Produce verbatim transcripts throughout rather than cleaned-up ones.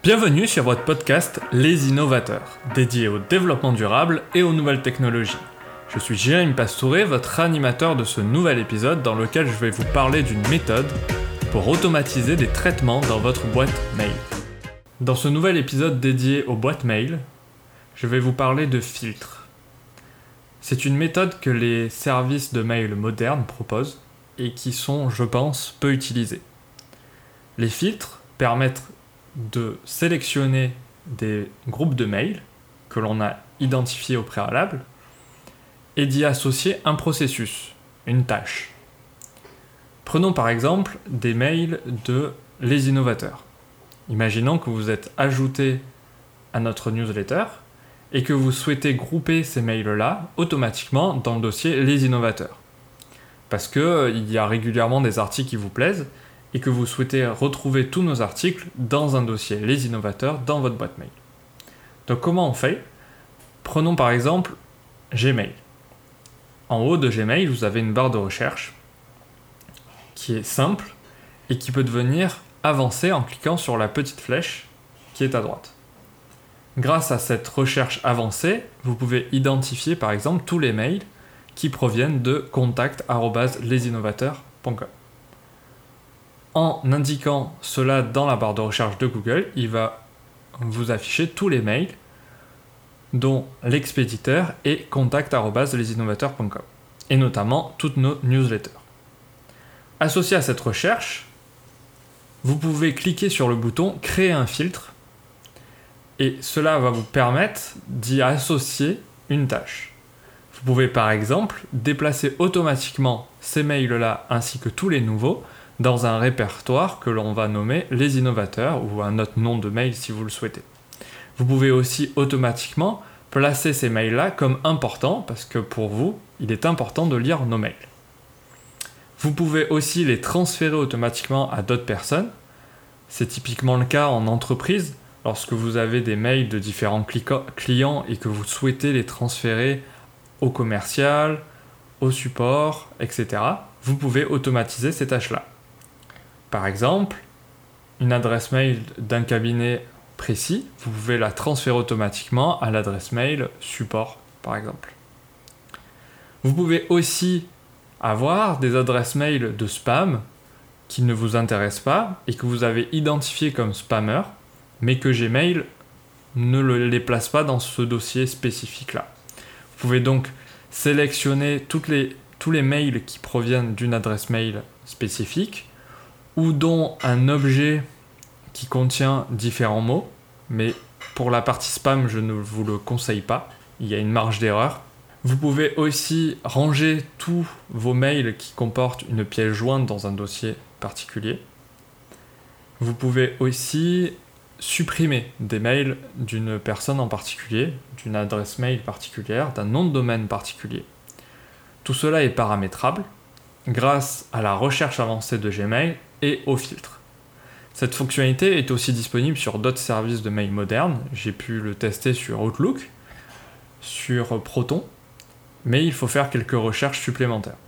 Bienvenue sur votre podcast Les Innovateurs, dédié au développement durable et aux nouvelles technologies. Je suis Jérémy Pastouré, votre animateur de ce nouvel épisode dans lequel je vais vous parler d'une méthode pour automatiser des traitements dans votre boîte mail. Dans ce nouvel épisode dédié aux boîtes mail, je vais vous parler de filtres. C'est une méthode que les services de mail modernes proposent et qui sont, je pense, peu utilisées. Les filtres permettent de sélectionner des groupes de mails que l'on a identifiés au préalable et d'y associer un processus, une tâche. Prenons par exemple des mails de Les Innovateurs. Imaginons que vous êtes ajouté à notre newsletter et que vous souhaitez grouper ces mails-là automatiquement dans le dossier Les Innovateurs. Parce qu'il euh, y a régulièrement des articles qui vous plaisent et que vous souhaitez retrouver tous nos articles dans un dossier Les Innovateurs dans votre boîte mail. Donc comment on fait ? Prenons par exemple Gmail. En haut de Gmail, vous avez une barre de recherche qui est simple et qui peut devenir avancée en cliquant sur la petite flèche qui est à droite. Grâce à cette recherche avancée, vous pouvez identifier par exemple tous les mails qui proviennent de contact arobase lesinnovateurs point com. En indiquant cela dans la barre de recherche de Google, il va vous afficher tous les mails dont l'expéditeur est contact arobase lesinnovateurs point com et notamment toutes nos newsletters. Associé à cette recherche, vous pouvez cliquer sur le bouton Créer un filtre et cela va vous permettre d'y associer une tâche. Vous pouvez par exemple déplacer automatiquement ces mails-là ainsi que tous les nouveaux dans un répertoire que l'on va nommer Les Innovateurs ou un autre nom de mail si vous le souhaitez. Vous pouvez aussi automatiquement placer ces mails-là comme importants parce que pour vous, il est important de lire nos mails. Vous pouvez aussi les transférer automatiquement à d'autres personnes. C'est typiquement le cas en entreprise lorsque vous avez des mails de différents clients et que vous souhaitez les transférer au commercial, au support, et cetera. Vous pouvez automatiser ces tâches-là. Par exemple, une adresse mail d'un cabinet précis, vous pouvez la transférer automatiquement à l'adresse mail support, par exemple. Vous pouvez aussi avoir des adresses mail de spam qui ne vous intéressent pas et que vous avez identifiées comme spammer, mais que Gmail ne les place pas dans ce dossier spécifique-là. Vous pouvez donc sélectionner toutes les, tous les mails qui proviennent d'une adresse mail spécifique ou dont un objet qui contient différents mots, mais pour la partie spam, je ne vous le conseille pas, il y a une marge d'erreur. Vous pouvez aussi ranger tous vos mails qui comportent une pièce jointe dans un dossier particulier. Vous pouvez aussi supprimer des mails d'une personne en particulier, d'une adresse mail particulière, d'un nom de domaine particulier. Tout cela est paramétrable grâce à la recherche avancée de Gmail et aux filtres. Cette fonctionnalité est aussi disponible sur d'autres services de mail modernes. J'ai pu le tester sur Outlook, sur Proton, mais il faut faire quelques recherches supplémentaires.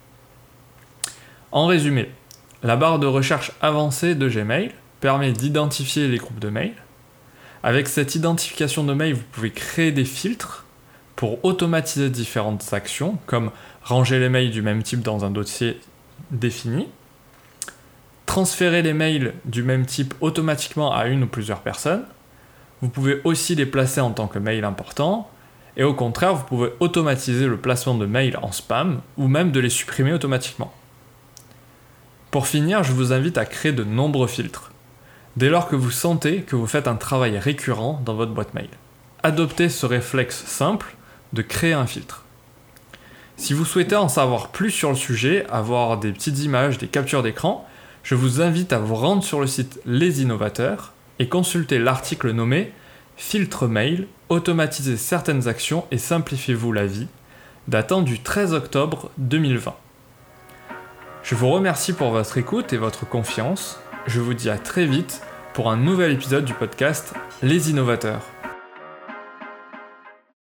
En résumé, la barre de recherche avancée de Gmail permet d'identifier les groupes de mails. Avec cette identification de mails, vous pouvez créer des filtres pour automatiser différentes actions, comme ranger les mails du même type dans un dossier défini, transférer les mails du même type automatiquement à une ou plusieurs personnes. Vous pouvez aussi les placer en tant que mails importants, et au contraire, vous pouvez automatiser le placement de mails en spam, ou même de les supprimer automatiquement. Pour finir, je vous invite à créer de nombreux filtres, dès lors que vous sentez que vous faites un travail récurrent dans votre boîte mail. Adoptez ce réflexe simple de créer un filtre. Si vous souhaitez en savoir plus sur le sujet, avoir des petites images, des captures d'écran, je vous invite à vous rendre sur le site Les Innovateurs et consulter l'article nommé « Filtre mail, automatisez certaines actions et simplifiez-vous la vie » datant du treize octobre deux mille vingt. Je vous remercie pour votre écoute et votre confiance. Je vous dis à très vite pour un nouvel épisode du podcast Les Innovateurs.